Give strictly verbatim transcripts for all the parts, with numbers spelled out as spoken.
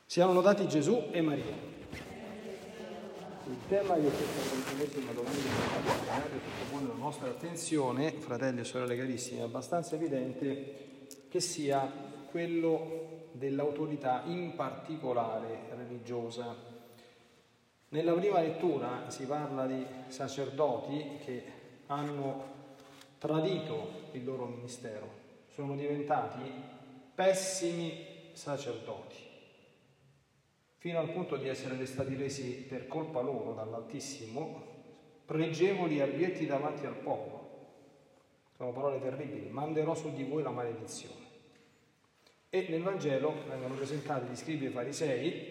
Siano lodati Gesù e Maria. Il tema che questa ventunesima domenica sottopone la nostra attenzione, fratelli e sorelle carissimi, è abbastanza evidente che sia quello dell'autorità, in particolare religiosa. Nella prima lettura si parla di sacerdoti che hanno tradito il loro ministero, sono diventati pessimi sacerdoti, fino al punto di essere stati resi per colpa loro dall'Altissimo pregevoli e abietti davanti al popolo. Sono parole terribili: manderò su di voi la maledizione. E nel Vangelo vengono presentati gli scribi e i farisei,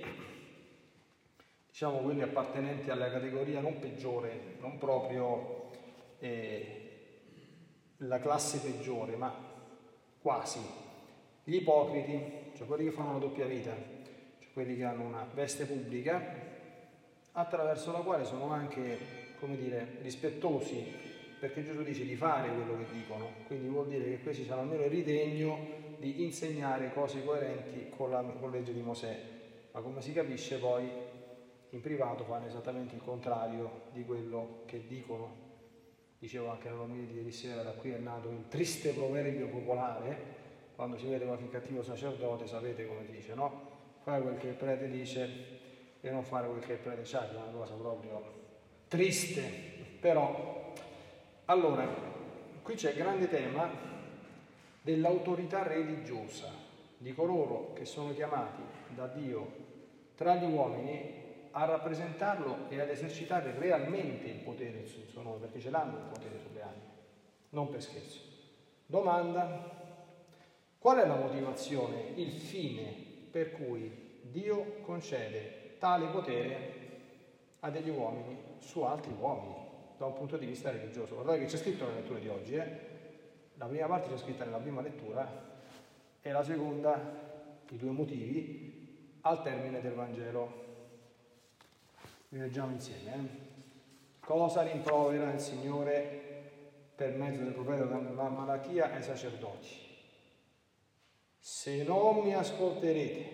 diciamo quelli appartenenti alla categoria non peggiore, non proprio eh, la classe peggiore, ma quasi, gli ipocriti, cioè quelli che fanno la doppia vita, quelli che hanno una veste pubblica, attraverso la quale sono anche, come dire, rispettosi, perché Gesù dice di fare quello che dicono, quindi vuol dire che questi hanno almeno il ritegno di insegnare cose coerenti con la, con la legge di Mosè, ma come si capisce poi in privato fanno esattamente il contrario di quello che dicono. Dicevo anche nell'omelia di ieri sera, da qui è nato il triste proverbio popolare: quando si vede qualche cattivo sacerdote sapete come dice, no? Fare quel che il prete dice e non fare quel che il prete sa, che è una cosa proprio triste. Però, allora, qui c'è il grande tema dell'autorità religiosa, di coloro che sono chiamati da Dio tra gli uomini a rappresentarlo e ad esercitare realmente il potere sul suo nome, perché ce l'hanno il potere sulle anime, non per scherzo. Domanda: qual è la motivazione, il fine per cui Dio concede tale potere a degli uomini su altri uomini, da un punto di vista religioso? Guardate che c'è scritto nella lettura di oggi, eh? La prima parte c'è scritta nella prima lettura e la seconda, i due motivi, al termine del Vangelo. Vi leggiamo insieme. Eh? Cosa rimprovera il Signore per mezzo del profeta Malachia ai sacerdoti? Se non mi ascolterete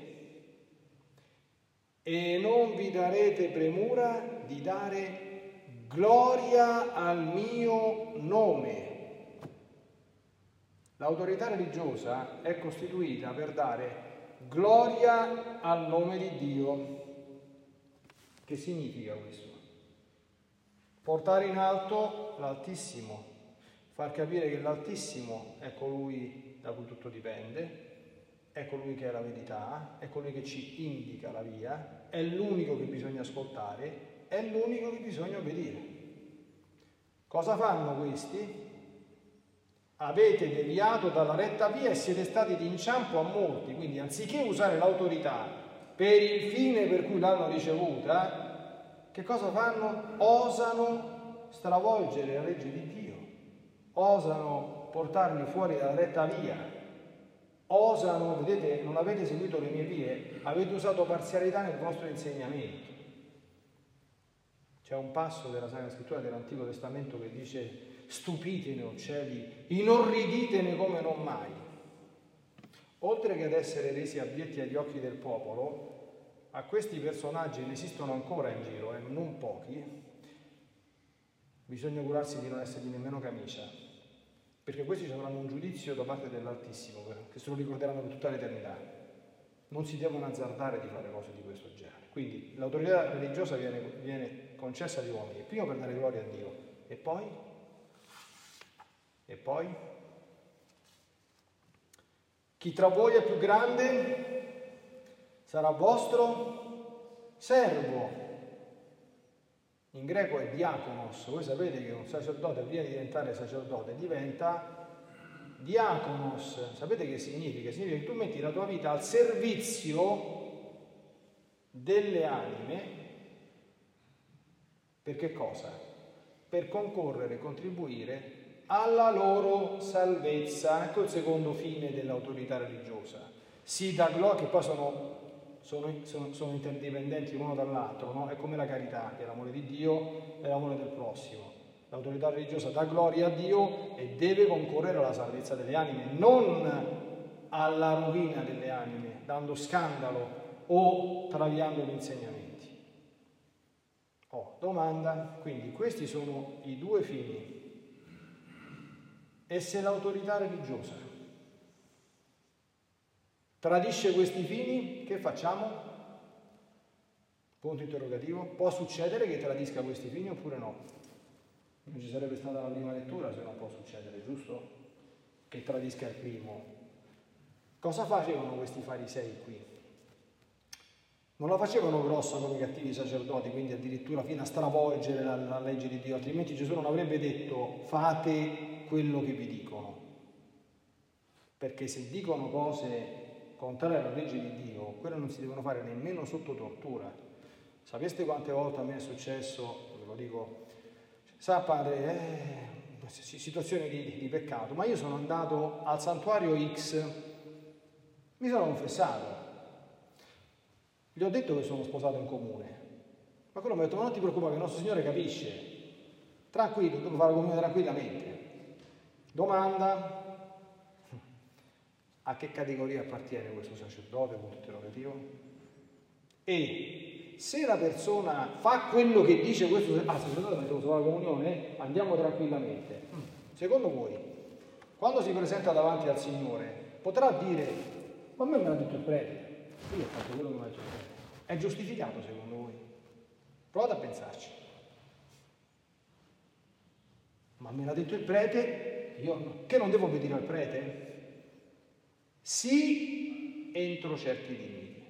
e non vi darete premura di dare gloria al mio nome. L'autorità religiosa è costituita per dare gloria al nome di Dio. Che significa questo? Portare in alto l'Altissimo, far capire che l'Altissimo è colui da cui tutto dipende, è colui che è la verità, è colui che ci indica la via, è l'unico che bisogna ascoltare, è l'unico che bisogna obbedire. Cosa fanno questi? Avete deviato dalla retta via e siete stati d'inciampo a molti, quindi anziché usare l'autorità per il fine per cui l'hanno ricevuta, che cosa fanno? Osano stravolgere la legge di Dio, osano portarli fuori dalla retta via. Osano, vedete, non avete seguito le mie vie, avete usato parzialità nel vostro insegnamento. C'è un passo della Sacra Scrittura dell'Antico Testamento che dice: stupitene, o cieli, inorriditene come non mai. Oltre che ad essere resi abietti agli occhi del popolo, a questi personaggi ne esistono ancora in giro, e eh, non pochi, bisogna curarsi di non essergli nemmeno camicia, perché questi avranno un giudizio da parte dell'Altissimo, che se lo ricorderanno per tutta l'eternità. Non si devono azzardare di fare cose di questo genere. Quindi l'autorità religiosa viene, viene concessa agli uomini, prima per dare gloria a Dio, e poi? E poi? Chi tra voi è più grande sarà vostro servo. In greco è diakonos. Voi sapete che un sacerdote, prima di diventare sacerdote, diventa diakonos. Sapete che significa? Significa che tu metti la tua vita al servizio delle anime. Per che cosa? Per concorrere, contribuire alla loro salvezza. Ecco il secondo fine dell'autorità religiosa. Si dà gloria, che poi sono... Sono, sono, sono interdipendenti l'uno dall'altro, no? È come la carità, che è l'amore di Dio e l'amore del prossimo. L'autorità religiosa dà gloria a Dio e deve concorrere alla salvezza delle anime, non alla rovina delle anime, dando scandalo o traviando gli insegnamenti? Oh, domanda, quindi questi sono i due fini. E se l'autorità religiosa tradisce questi fini, che facciamo? Punto interrogativo. Può succedere che tradisca questi fini oppure no? Non ci sarebbe stata la prima lettura se non può succedere, giusto? Che tradisca il primo. Cosa facevano questi farisei qui? Non la facevano grossa come i cattivi sacerdoti, quindi addirittura fino a stravolgere la, la legge di Dio, altrimenti Gesù non avrebbe detto fate quello che vi dicono. Perché se dicono cose contrarie alla legge di Dio, quelle non si devono fare nemmeno sotto tortura. Sapeste quante volte a me è successo, ve lo dico, sa padre, eh, situazioni di, di peccato, ma io sono andato al santuario X, mi sono confessato, gli ho detto che sono sposato in comune, ma quello mi ha detto ma non ti preoccupare che il nostro Signore capisce, tranquillo, devo fare la comunione tranquillamente. Domanda, a che categoria appartiene questo sacerdote, punto interrogativo? E se la persona fa quello che dice questo ah, sacerdote, mi devo fare la comunione, andiamo tranquillamente. Secondo voi, quando si presenta davanti al Signore, potrà dire, ma a me me l'ha detto il prete, io ho fatto quello che mi ha detto il prete. È giustificato secondo voi? Provate a pensarci. Ma me l'ha detto il prete, io che non devo obbedire al prete? Sì, entro certi limiti.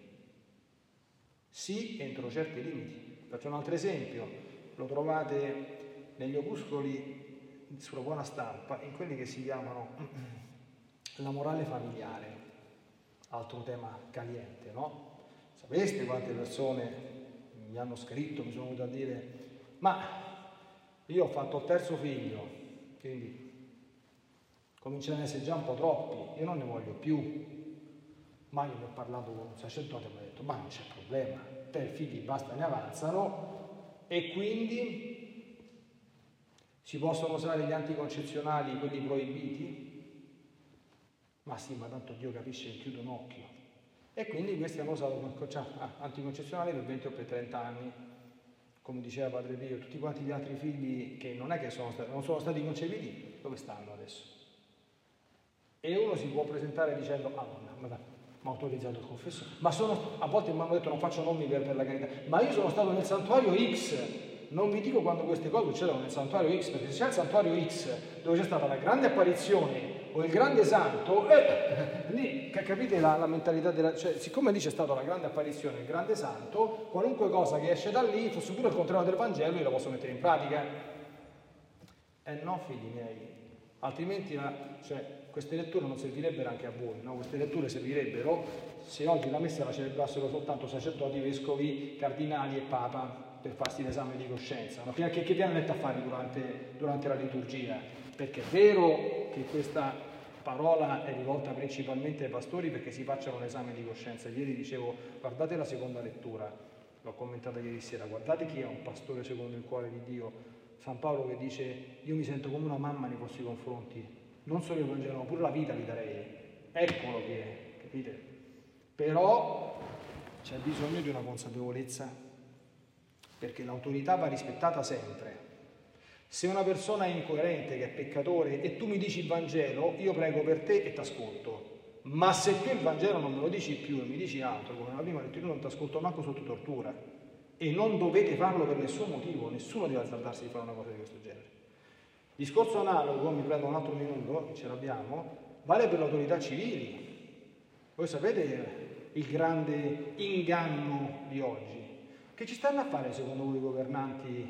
Sì, entro certi limiti. Faccio un altro esempio, lo trovate negli opuscoli sulla Buona Stampa, in quelli che si chiamano la morale familiare, altro tema caliente, no? Sapeste quante persone mi hanno scritto, mi sono venuto a dire, ma io ho fatto il terzo figlio, quindi cominciano ad essere già un po' troppi, io non ne voglio più. Ma io ne ho parlato con un sacerdote e mi ha detto, ma non c'è problema, per figli basta, ne avanzano, e quindi si possono usare gli anticoncezionali, quelli proibiti? Ma sì, ma tanto Dio capisce che chiude un occhio. E quindi questi hanno usato anticoncezionali per venti o per trenta anni, come diceva Padre Pio, tutti quanti gli altri figli che non è che sono stati, non sono stati concepiti, dove stanno adesso? E uno si può presentare dicendo, ah ma mi ha autorizzato il confessore, ma sono, a volte mi hanno detto non faccio nomi per, per la carità, ma io sono stato nel santuario X, non vi dico quando queste cose succedono nel santuario X, perché se c'è il santuario X dove c'è stata la grande apparizione o il grande santo, eh, lì capite la, la mentalità della, cioè siccome lì c'è stata la grande apparizione, il grande santo, qualunque cosa che esce da lì, fosse pure il contrario del Vangelo, io la posso mettere in pratica. Eh no, figli miei, altrimenti la, cioè, queste letture non servirebbero anche a voi, no? Queste letture servirebbero se oggi la messa la celebrassero soltanto sacerdoti, vescovi, cardinali e papa per farsi l'esame di coscienza, no? Che, che vi hanno detto a fare durante, durante la liturgia, perché è vero che questa parola è rivolta principalmente ai pastori perché si facciano l'esame di coscienza. Ieri dicevo, guardate la seconda lettura, l'ho commentata ieri sera, guardate chi è un pastore secondo il cuore di Dio, San Paolo che dice, io mi sento come una mamma nei vostri confronti, non solo il Vangelo, ma pure la vita vi darei, eccolo che è, capite? Però c'è bisogno di una consapevolezza, perché l'autorità va rispettata sempre. Se una persona è incoerente, che è peccatore, e tu mi dici il Vangelo, io prego per te e ti ascolto, ma se tu il Vangelo non me lo dici più e mi dici altro, come la prima lettura, non ti ascolto manco sotto tortura, e non dovete farlo per nessun motivo, nessuno deve azzardarsi di fare una cosa di questo genere. Discorso analogo, mi prendo un altro minuto, che ce l'abbiamo, vale per le autorità civili. Voi sapete il grande inganno di oggi? Che ci stanno a fare secondo voi i governanti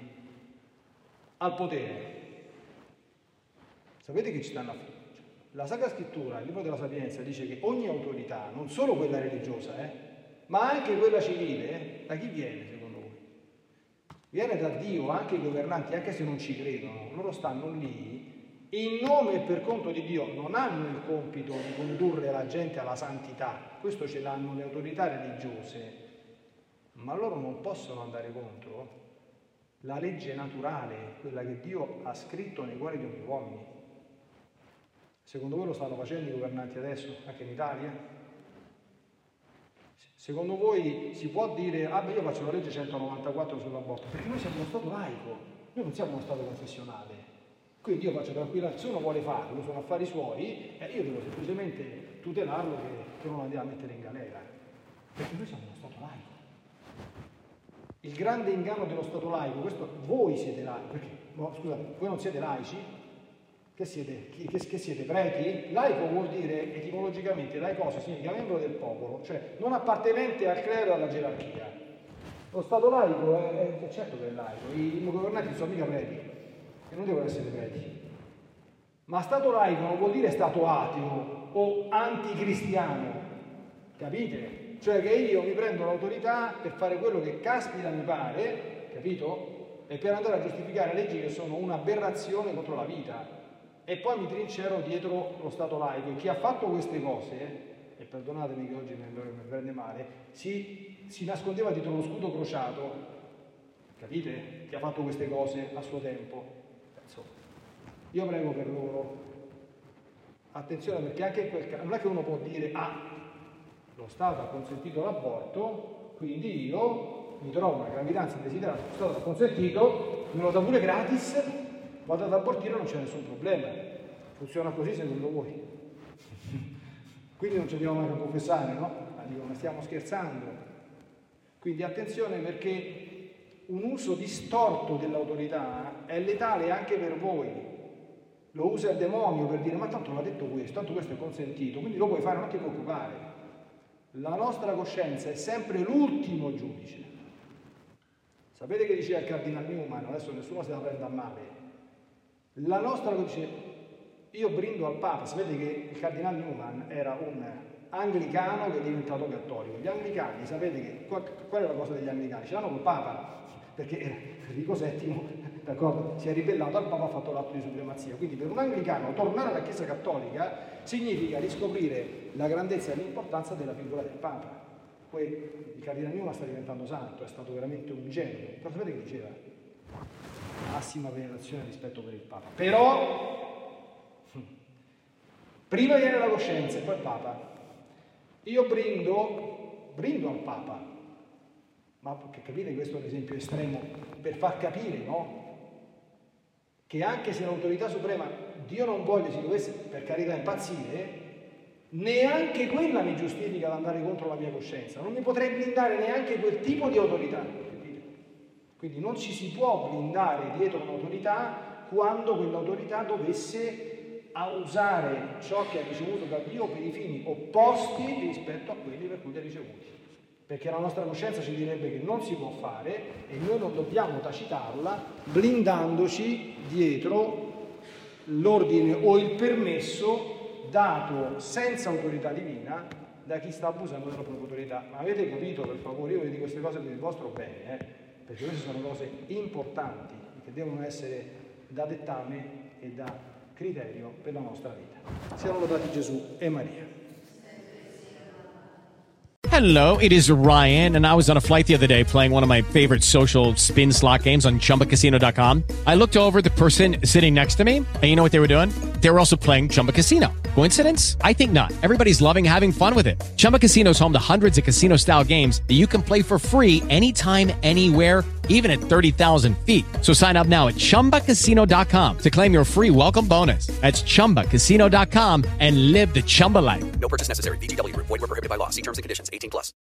al potere? Sapete che ci stanno a fare? La Sacra Scrittura, il libro della Sapienza, dice che ogni autorità, non solo quella religiosa, eh, ma anche quella civile, eh, da chi viene secondo voi? Viene da Dio, anche i governanti, anche se non ci credono, loro stanno lì, in nome e per conto di Dio, non hanno il compito di condurre la gente alla santità, questo ce l'hanno le autorità religiose, ma loro non possono andare contro la legge naturale, quella che Dio ha scritto nei cuori di ogni uomo. Secondo voi lo stanno facendo i governanti adesso, anche in Italia? Secondo voi si può dire, ah beh io faccio la legge centonovantaquattro sull'aborto, perché noi siamo uno Stato laico, noi non siamo uno Stato confessionale, quindi io faccio tranquillamente, se uno vuole farlo, sono affari suoi, e io devo semplicemente tutelarlo che, che non lo andiamo a mettere in galera, perché noi siamo uno Stato laico. Il grande inganno dello Stato laico, questo voi siete laici, perché, no, scusate, voi non siete laici? Che siete? Che, che siete preti? Laico vuol dire etimologicamente, laicos significa membro del popolo, cioè non appartenente al clero e alla gerarchia. Lo Stato laico è, è certo che è laico, i, i governanti non sono mica preti, e non devono essere preti. Ma Stato laico non vuol dire Stato ateo o anticristiano, capite? Cioè che io mi prendo l'autorità per fare quello che caspita mi pare, capito? E per andare a giustificare leggi che sono un'aberrazione contro la vita. E poi mi trincero dietro lo Stato laico. E chi ha fatto queste cose, e perdonatemi che oggi mi prende male, si, si nascondeva dietro lo scudo crociato. Capite? Chi ha fatto queste cose a suo tempo. Insomma, io prego per loro. Attenzione, perché anche in quel caso non è che uno può dire, ah, lo Stato ha consentito l'aborto, quindi io mi trovo una gravidanza indesiderata, lo Stato ha consentito, me lo dà pure gratis, vado ad abortire, non c'è nessun problema. Funziona così secondo voi? Quindi non ci dobbiamo mai confessare, no? Ma dico, ma stiamo scherzando. Quindi attenzione, perché un uso distorto dell'autorità è letale anche per voi. Lo usa il demonio per dire, ma tanto l'ha detto questo, tanto questo è consentito, quindi lo puoi fare, non ti preoccupare. La nostra coscienza è sempre l'ultimo giudice. Sapete che diceva il Cardinal Newman? Adesso nessuno se la prende a male. La nostra coscienza, io brindo al Papa. Sapete che il Cardinal Newman era un anglicano che è diventato cattolico. Gli anglicani, sapete che qual, qual è la cosa degli anglicani? Ce l'hanno col Papa, perché Enrico settimo, d'accordo, si è ribellato al Papa, ha fatto l'atto di supremazia. Quindi per un anglicano tornare alla Chiesa cattolica significa riscoprire la grandezza e l'importanza della figura del Papa. Poi il Cardinal Newman sta diventando santo, è stato veramente un genio. Però sapete che diceva? Massima venerazione e rispetto per il Papa. Però prima viene la coscienza e poi il Papa. Io brindo, brindo al Papa, ma capite, questo è un esempio estremo per far capire, no? Che anche se l'autorità suprema, Dio non voglia, si dovesse per carità impazzire, neanche quella mi giustifica ad andare contro la mia coscienza. Non mi potrei blindare neanche quel tipo di autorità, capite? Quindi non ci si può blindare dietro un'autorità quando quell'autorità dovesse a usare ciò che ha ricevuto da Dio per i fini opposti rispetto a quelli per cui li ha ricevuti. Perché la nostra coscienza ci direbbe che non si può fare e noi non dobbiamo tacitarla blindandoci dietro l'ordine o il permesso dato senza autorità divina da chi sta abusando della propria autorità. Ma avete capito, per favore? Io vi dico queste cose per il vostro bene, eh? Perché queste sono cose importanti che devono essere da dettame e da criterio per la nostra vita. Siano lodati Gesù e Maria. Hello, it is Ryan, and I was on a flight the other day playing one of my favorite social spin slot games on Chumba Casino dot com. I looked over at the person sitting next to me, and you know what they were doing? They were also playing Chumba Casino. Coincidence? I think not. Everybody's loving having fun with it. Chumba Casino is home to hundreds of casino-style games that you can play for free anytime, anywhere, even at thirty thousand feet. So sign up now at Chumba Casino dot com to claim your free welcome bonus. That's Chumba Casino dot com and live the Chumba life. No purchase necessary. V G W. Void where prohibited by law. See terms and conditions. eighteen plus.